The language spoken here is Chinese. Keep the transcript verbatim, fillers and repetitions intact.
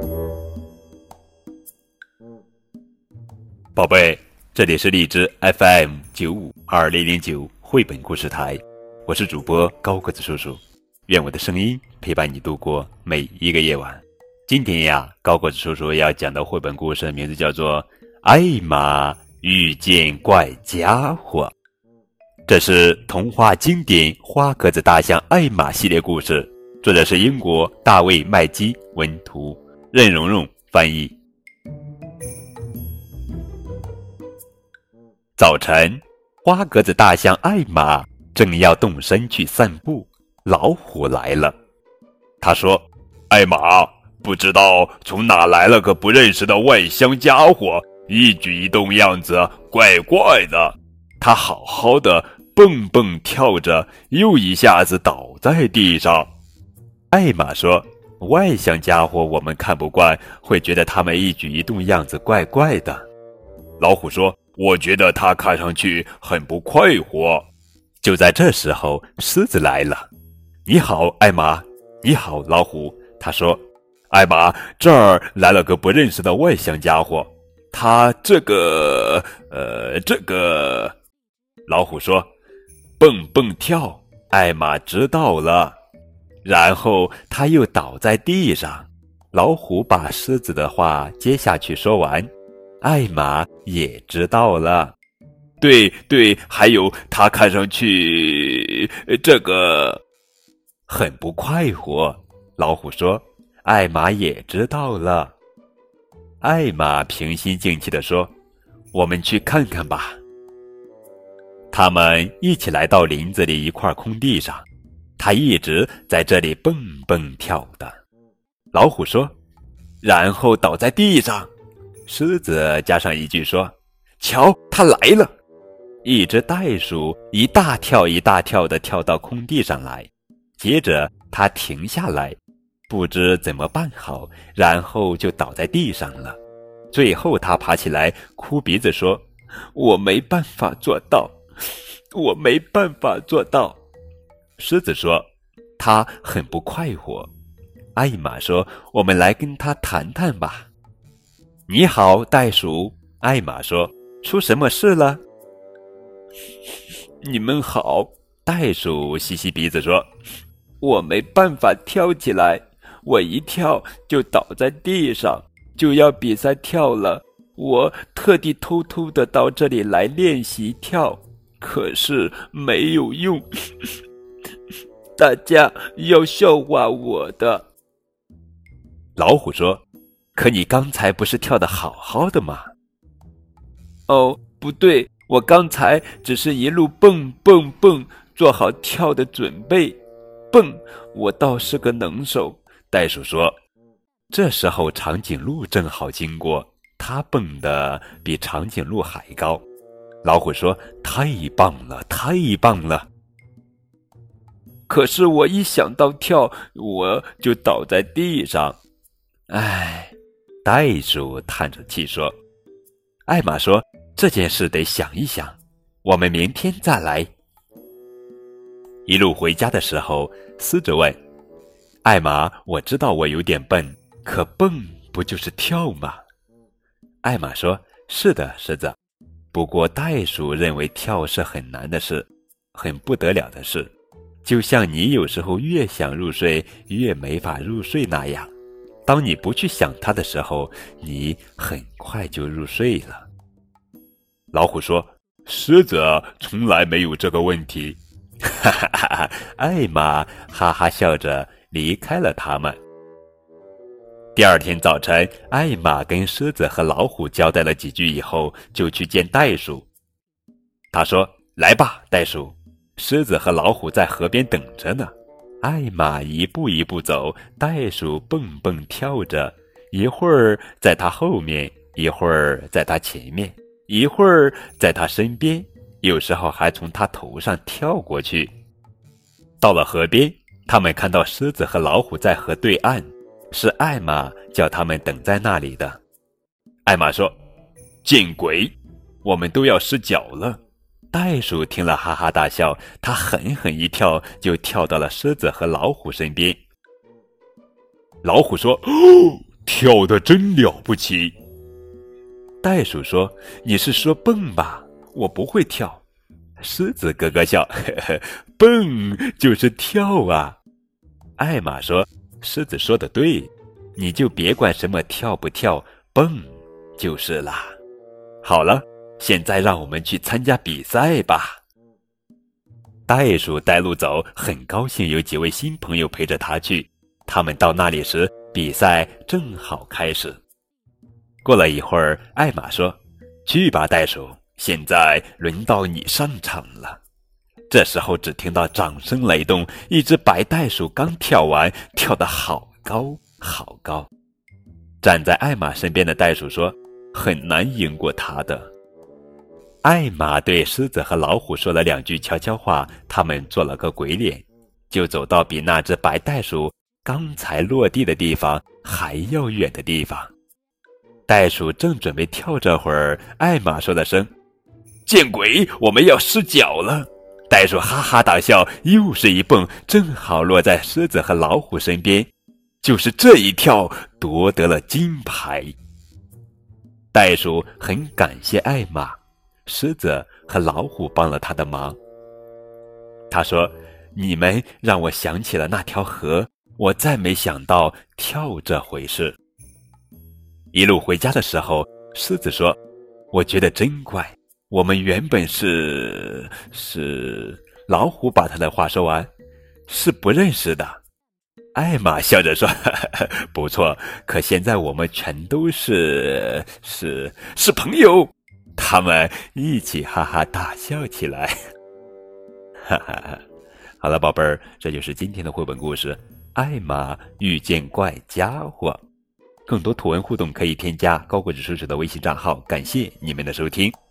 宝贝，这里是荔枝 F M 九五二零零九绘本故事台，我是主播高个子叔叔，愿我的声音陪伴你度过每一个夜晚。今天呀，高个子叔叔要讲的绘本故事名字叫做《艾玛遇见怪家伙》，这是童话经典花格子大象艾玛系列故事，作者是英国大卫麦基文图，任蓉蓉翻译。早晨，花格子大象艾玛正要动身去散步，老虎来了。他说：艾玛，不知道从哪来了个不认识的外乡家伙，一举一动样子怪怪的。他好好的蹦蹦跳着，又一下子倒在地上。艾玛说：外乡家伙我们看不惯，会觉得他们一举一动样子怪怪的。老虎说：我觉得他看上去很不快活。就在这时候，狮子来了。你好，艾玛。你好，老虎。他说：艾玛，这儿来了个不认识的外乡家伙，他这个呃这个老虎说：蹦蹦跳。艾玛知道了，然后他又倒在地上。老虎把狮子的话接下去说完，艾玛也知道了。对对，还有他看上去这个很不快活。老虎说：艾玛也知道了。艾玛平心静气地说：我们去看看吧。他们一起来到林子里一块空地上，他一直在这里蹦蹦跳的。老虎说：然后倒在地上。狮子加上一句说：瞧，他来了。一只袋鼠一大跳一大跳地跳到空地上来，接着他停下来，不知怎么办好，然后就倒在地上了。最后他爬起来，哭鼻子说：我没办法做到，我没办法做到。狮子说：他很不快活。艾玛说：我们来跟他谈谈吧。你好，袋鼠。艾玛说：出什么事了？你们好。袋鼠吸吸鼻子说：我没办法跳起来，我一跳就倒在地上，就要比赛跳了。我特地偷偷的到这里来练习跳，可是没有用，大家要笑话我的。老虎说：可你刚才不是跳得好好的吗？哦，不对，我刚才只是一路蹦蹦蹦，做好跳的准备。蹦，我倒是个能手。袋鼠说。这时候长颈鹿正好经过，它蹦得比长颈鹿还高。老虎说：太棒了，太棒了。可是我一想到跳，我就倒在地上。唉，袋鼠叹着气说。艾玛说：这件事得想一想，我们明天再来。一路回家的时候，狮子问：艾玛，我知道我有点笨，可蹦不就是跳吗？艾玛说：是的，狮子。不过袋鼠认为跳是很难的事，很不得了的事，就像你有时候越想入睡越没法入睡那样。当你不去想它的时候，你很快就入睡了。老虎说：狮子从来没有这个问题。哈哈哈哈！艾玛哈哈笑着离开了他们。第二天早晨，艾玛跟狮子和老虎交代了几句以后，就去见袋鼠。他说：来吧，袋鼠，狮子和老虎在河边等着呢。艾玛一步一步走，袋鼠蹦蹦跳着，一会儿在他后面，一会儿在他前面，一会儿在他身边，有时候还从他头上跳过去。到了河边，他们看到狮子和老虎在河对岸，是艾玛叫他们等在那里的。艾玛说：见鬼，我们都要湿脚了。袋鼠听了哈哈大笑，他狠狠一跳，就跳到了狮子和老虎身边。老虎说：哦， 跳得真了不起。袋鼠说：“你是说蹦吧？我不会跳。”狮子咯咯笑：“呵呵，蹦就是跳啊。”艾玛说：“狮子说的对，你就别管什么跳不跳，蹦就是啦。好了，现在让我们去参加比赛吧。”袋鼠带路走，很高兴有几位新朋友陪着他去。他们到那里时，比赛正好开始。过了一会儿，艾玛说：“去吧，袋鼠，现在轮到你上场了。”这时候只听到掌声雷动，一只白袋鼠刚跳完，跳得好高好高。站在艾玛身边的袋鼠说：“很难赢过他的。”艾玛对狮子和老虎说了两句悄悄话，他们做了个鬼脸，就走到比那只白袋鼠刚才落地的地方还要远的地方。袋鼠正准备跳，这会儿艾玛说了声：“见鬼，我们要失脚了！”袋鼠哈哈大笑，又是一蹦，正好落在狮子和老虎身边。就是这一跳，夺得了金牌。袋鼠很感谢艾玛，狮子和老虎帮了他的忙。他说：“你们让我想起了那条河，我再没想到跳这回事。”一路回家的时候，狮子说：“我觉得真怪，我们原本是是……”老虎把他的话说完，是不认识的。艾玛笑着说：“呵呵，不错，可现在我们全都是是是朋友。”他们一起哈哈大笑起来。哈哈哈！好了，宝贝儿，这就是今天的绘本故事《艾玛遇见怪家伙》。更多图文互动可以添加高个子叔叔的微信账号。感谢你们的收听。